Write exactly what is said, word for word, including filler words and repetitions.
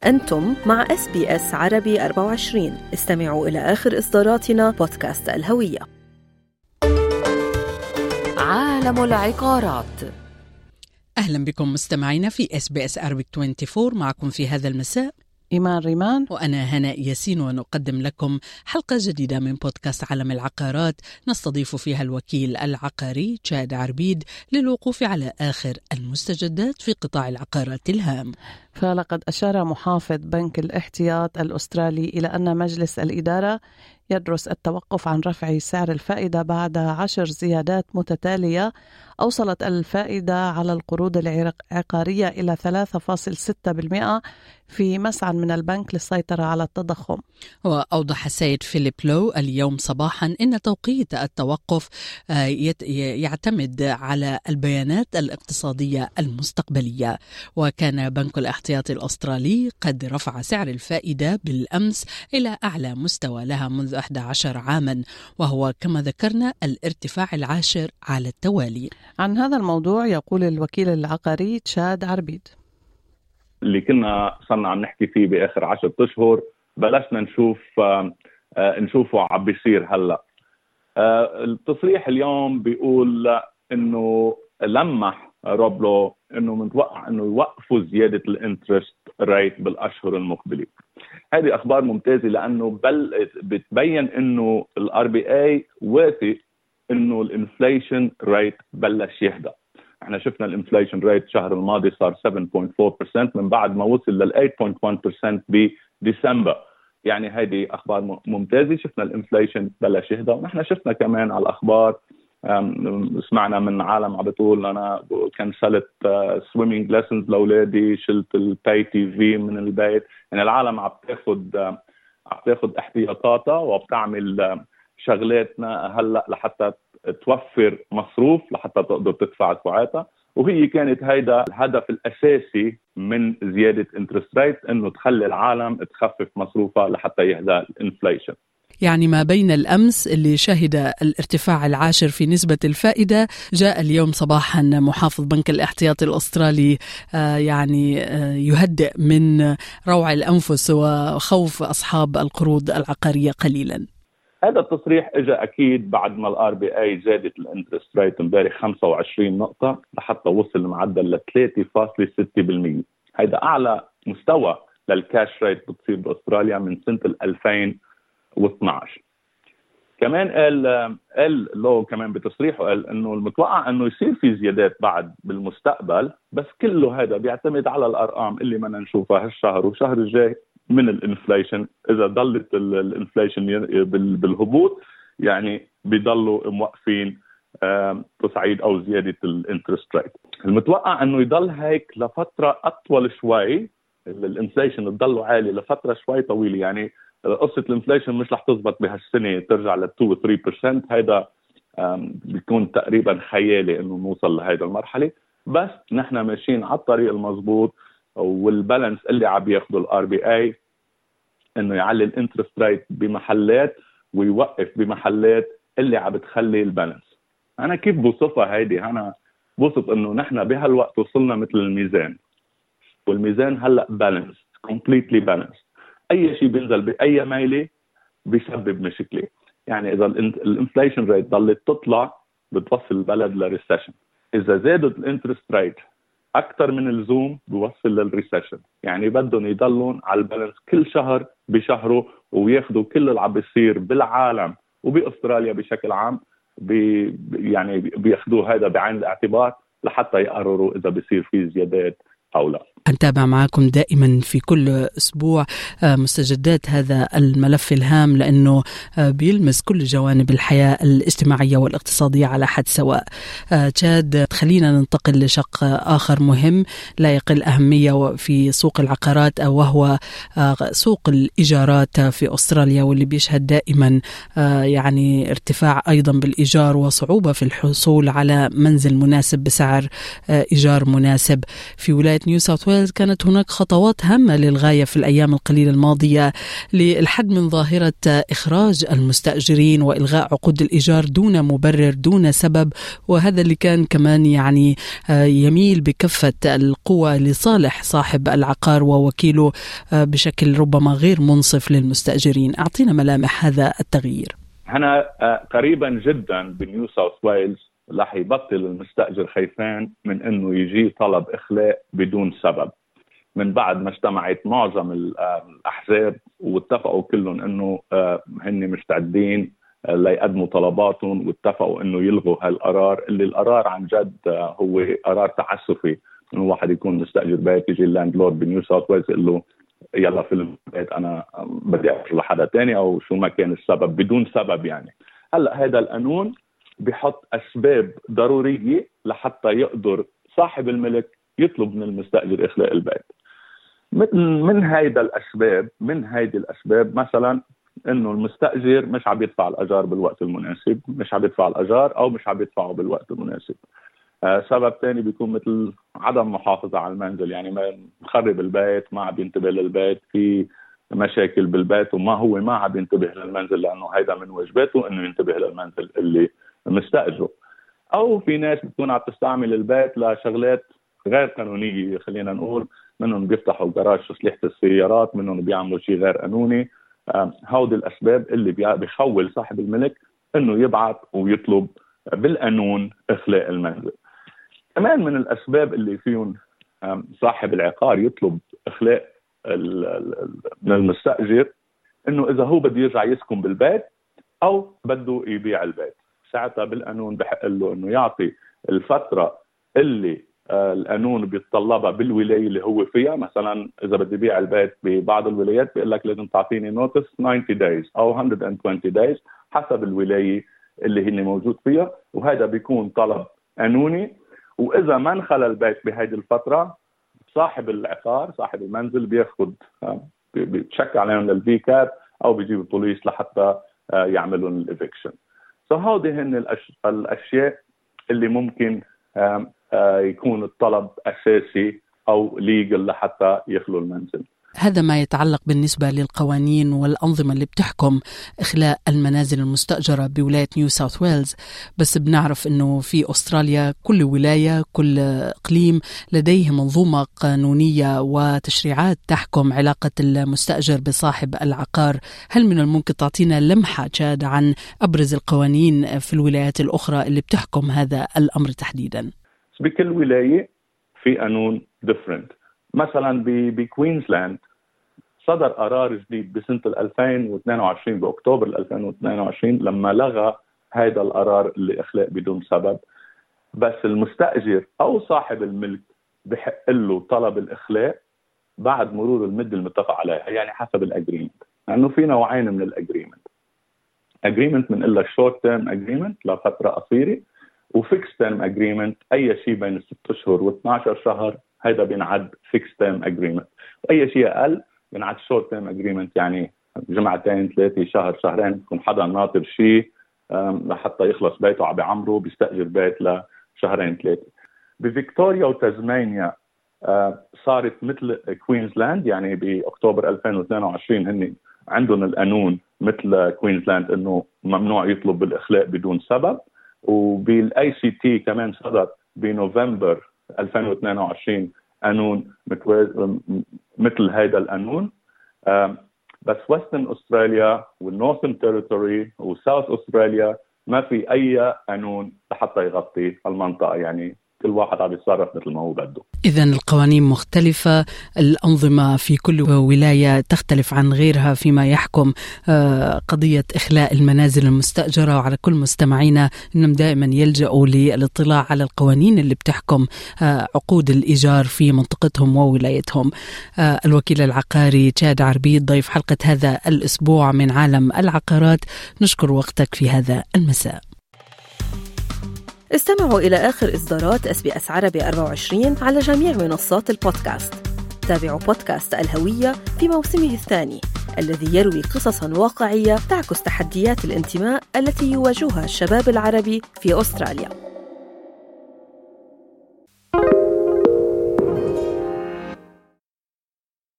أنتم مع إس بي إس عربي أربعة وعشرين. استمعوا إلى آخر إصداراتنا بودكاست الهوية. عالم العقارات. أهلا بكم مستمعينا في إس بي إس Arabic أربعة وعشرين. معكم في هذا المساء إيمان ريمان وأنا هناء ياسين، ونقدم لكم حلقة جديدة من بودكاست عالم العقارات، نستضيف فيها الوكيل العقاري تشاد عربيد للوقوف على آخر المستجدات في قطاع العقارات الهام. فلقد أشار محافظ بنك الاحتياط الأسترالي إلى أن مجلس الإدارة يدرس التوقف عن رفع سعر الفائدة بعد عشر زيادات متتالية أوصلت الفائدة على القروض العقارية إلى ثلاثة فاصلة ستة بالمئة في مسعى من البنك للسيطرة على التضخم. وأوضح السيد فيليب لو اليوم صباحا أن توقيت التوقف يعتمد على البيانات الاقتصادية المستقبلية، وكان بنك الاحتياطي الأسترالي قد رفع سعر الفائدة بالأمس إلى أعلى مستوى لها منذ أحد عشر عاما، وهو كما ذكرنا الارتفاع العاشر على التوالي. عن هذا الموضوع يقول الوكيل العقاري تشاد عربيد: اللي كنا صرنا عم نحكي فيه بآخر عشرة أشهر بلشنا نشوف آه آه نشوفه عم بيصير هلأ. آه التصريح اليوم بيقول إنه لمح روبلو إنه متوقع إنه يوقفوا زيادة الانترست ريت بالأشهر المقبلة. هذه أخبار ممتازة لأنه بل بتبين إنه الار بي اي واثق إنه الانفليشن ريت بلش يهدأ. احنا شفنا الانفليشن ريت الشهر الماضي صار سبعة فاصلة أربعة بالمئة من بعد ما وصل لل ثمانية فاصلة واحد بالمئة بديسمبر. يعني هذه اخبار ممتازه. شفنا الانفليشن بلش يهدأ، ونحن شفنا كمان على الاخبار سمعنا من عالم عم بتقول انا كنسلت سويمينج ليسنز لاولادي، شلت الباي تي في من البيت. يعني العالم عم تاخذ عم تاخذ احتياطاتها وبتعمل شغلاتنا هلا لحتى توفر مصروف لحتى تقدر تدفع دفعاتها. وهي كانت هيدا الهدف الأساسي من زيادة انترست ريت، إنه تخلي العالم تخفف مصروفها لحتى يهدأ الانفليشن. يعني ما بين الأمس اللي شهد الارتفاع العاشر في نسبة الفائدة، جاء اليوم صباحا محافظ بنك الاحتياطي الأسترالي آه يعني آه يهدئ من روع الأنفس وخوف أصحاب القروض العقارية قليلا. هذا التصريح اجى اكيد بعد ما الار بي اي زادت الانترست ريت امبارح خمسة وعشرين نقطه لحتى وصل المعدل ل ثلاثة فاصلة ستة بالمئة. هذا اعلى مستوى للكاش ريت بتصير باستراليا من سنه ألفين واثنعش. كمان قال قال لو كمان بتصريحه قال انه المتوقع انه يصير في زيادات بعد بالمستقبل، بس كله هذا بيعتمد على الارقام اللي بدنا نشوفها هالشهر والشهر الجاي من الانفليشن. اذا ضلت الانفليشن بالهبوط يعني بيضلوا موقفين تصعيد او زياده الانترست ريت. المتوقع انه يضل هيك لفتره اطول شوي، الانفليشن تضل عالي لفتره شوي طويله. يعني قصه الانفليشن مش رح تزبط بهالسنه ترجع ل اثنين ثلاثة بالمئة، هذا بيكون تقريبا خيالي انه نوصل لهيدا المرحله. بس نحن ماشيين على الطريق المضبوط، والبالانس اللي عم ياخذه الار بي اي انه يعلي الانترست ريت بمحلات ويوقف بمحلات اللي عم بتخلي البالانس. انا كيف بوصفها هيدي؟ انا بوصف انه نحن بهالوقت وصلنا مثل الميزان، والميزان هلا بالانس كومبليتلي بالانس. اي شيء بينزل باي ميله بيسبب مشكله. يعني اذا الانفليشن ريت ضلت تطلع بتوصل البلد لريسيشن. اذا زادت الانترست ريت أكثر من اللزوم بيوصل للريسيشن. يعني بدهم يضلون على البالانس كل شهر بشهره، وياخدوا كل اللي عم بيصير بالعالم وبأستراليا بشكل عام بي يعني بياخدوه هذا بعين الاعتبار لحتى يقرروا إذا بيصير في زيادات أو لا. نتابع معكم دائما في كل أسبوع مستجدات هذا الملف الهام، لأنه بيلمس كل جوانب الحياة الاجتماعية والاقتصادية على حد سواء. تشاد، خلينا ننتقل لشق آخر مهم لا يقل أهمية في سوق العقارات، وهو سوق الإيجارات في أستراليا، واللي بيشهد دائما يعني ارتفاع أيضا بالإيجار وصعوبة في الحصول على منزل مناسب بسعر إيجار مناسب. في ولاية نيو ساوث ويلز كانت هناك خطوات هامة للغاية في الأيام القليلة الماضية للحد من ظاهرة إخراج المستأجرين وإلغاء عقود الإيجار دون مبرر دون سبب، وهذا اللي كان كمان يعني يميل بكفة القوة لصالح صاحب العقار ووكيله بشكل ربما غير منصف للمستأجرين. أعطينا ملامح هذا التغيير. هنا قريبا جدا بنيو ساوث ويلز رح يبطل المستأجر خايفان من انه يجي طلب اخلاء بدون سبب، من بعد ما اجتمعت معظم الاحزاب واتفقوا كلهم انه هن مستعدين ليقدموا طلباتهم، واتفقوا انه يلغوا هالقرار اللي القرار عن جد هو قرار تعسفي، انه واحد يكون مستأجر بيت يجي اللاندلورد بنيو ساوث ويلز يقول له يلا في البيت انا بدي اخذ لحدا تاني او شو ما كان السبب بدون سبب. يعني هلا هذا القانون بيحط اسباب ضروريه لحتى يقدر صاحب الملك يطلب من المستأجر اخلاء البيت. من هيدا الاسباب من هيدي الاسباب مثلا انه المستأجر مش عم يدفع الاجار بالوقت المناسب، مش عم يدفع الاجار او مش عم يدفعه بالوقت المناسب. آه سبب ثاني بيكون مثل عدم محافظه على المنزل، يعني ما مخرب البيت، ما عم ينتبه للبيت، في مشاكل بالبيت وما هو ما عم ينتبه للمنزل لانه هيدا من واجباته انه ينتبه للمنزل اللي مستأجره. او في ناس بتكون عم تستعمل البيت لشغلات غير قانونيه، خلينا نقول منهم بيفتحوا جراج تصليح السيارات، منهم بيعملوا شيء غير قانوني. هودي الاسباب اللي بيخول صاحب الملك انه يبعث ويطلب بالقانون اخلاء المنزل. كمان من الاسباب اللي فيهم صاحب العقار يطلب اخلاء من المستأجر انه اذا هو بده يرجع يسكن بالبيت او بده يبيع البيت، ساعتها بالقانون بحق له انه يعطي الفتره اللي آه القانون بيتطلبها بالولايه اللي هو فيها. مثلا اذا بدي بيع البيت ببعض الولايات بيقول لك لازم تعطيني نوتس تسعين دايز او مية وعشرين دايز حسب الولايه اللي هن موجود فيها، وهذا بيكون طلب قانوني. واذا ما انخلى البيت بهذه الفتره صاحب العقار صاحب المنزل بياخد آه بيتشك عليهم للفي كاب او بيجيب البوليس لحتى آه يعملوا الايفكشن. فهذه هن الاشياء اللي ممكن آه آه يكون الطلب اساسي او ليجل لحتى يخلوا المنزل. هذا ما يتعلق بالنسبة للقوانين والأنظمة اللي بتحكم إخلاء المنازل المستأجرة بولاية نيو ساوث ويلز، بس بنعرف أنه في أستراليا كل ولاية كل إقليم لديه منظومة قانونية وتشريعات تحكم علاقة المستأجر بصاحب العقار. هل من الممكن تعطينا لمحة جاد عن أبرز القوانين في الولايات الأخرى اللي بتحكم هذا الأمر تحديدا؟ بكل ولاية في قانون different. مثلا بكوينزلاند صدر قرار جديد بسنة ألفين واثنين وعشرين بأكتوبر ألفين واثنين وعشرين لما لغى هذا القرار اللي إخلاء بدون سبب، بس المستأجر أو صاحب الملك بحق له طلب الإخلاء بعد مرور المدة المتفق عليها، يعني حسب الأجريمنت، لأنه في نوعين من الأجريمنت. أجريمنت من إلا شورت تيرم أجريمنت لفترة قصيرة، وفيكس تيرم أجريمنت أي شيء بين الست أشهر واثني عشر شهر هيدا بينعد فيكس تيرم أجريمنت، وأي شيء أقل بينعد شورت تيرم أجريمنت، يعني جمعتين ثلاثة شهر شهرين يكون حدا ناطر شيء لحتى يخلص بيته عم بعمره بيستأجر بيت لشهرين ثلاثة. بفيكتوريا وتازمانيا صارت مثل كوينزلاند، يعني بأكتوبر ألفين واثنين وعشرين هن عندهم القانون مثل كوينزلاند إنه ممنوع يطلب بالإخلاء بدون سبب. وبالاي سي تي كمان صدر بنوفمبر ألفين واثنين وعشرين قانون مثل هذا القانون. بس ويسترن استراليا والنورثن تيريتوري وساوث استراليا ما في اي قانون لحتى يغطي المنطقه، يعني كل واحد عم يتصرف مثل ما هو بده. إذن القوانين مختلفة، الأنظمة في كل ولاية تختلف عن غيرها فيما يحكم قضية إخلاء المنازل المستأجرة. وعلى كل مستمعينا إنهم دائما يلجأوا للاطلاع على القوانين اللي بتحكم عقود الإيجار في منطقتهم وولايتهم. الوكيل العقاري تشاد عربيد ضيف حلقة هذا الأسبوع من عالم العقارات، نشكر وقتك في هذا المساء. استمعوا إلى آخر إصدارات إس بي إس عربي أربعة وعشرين على جميع منصات البودكاست. تابعوا بودكاست الهوية في موسمه الثاني الذي يروي قصصاً واقعية تعكس تحديات الانتماء التي يواجهها الشباب العربي في أستراليا.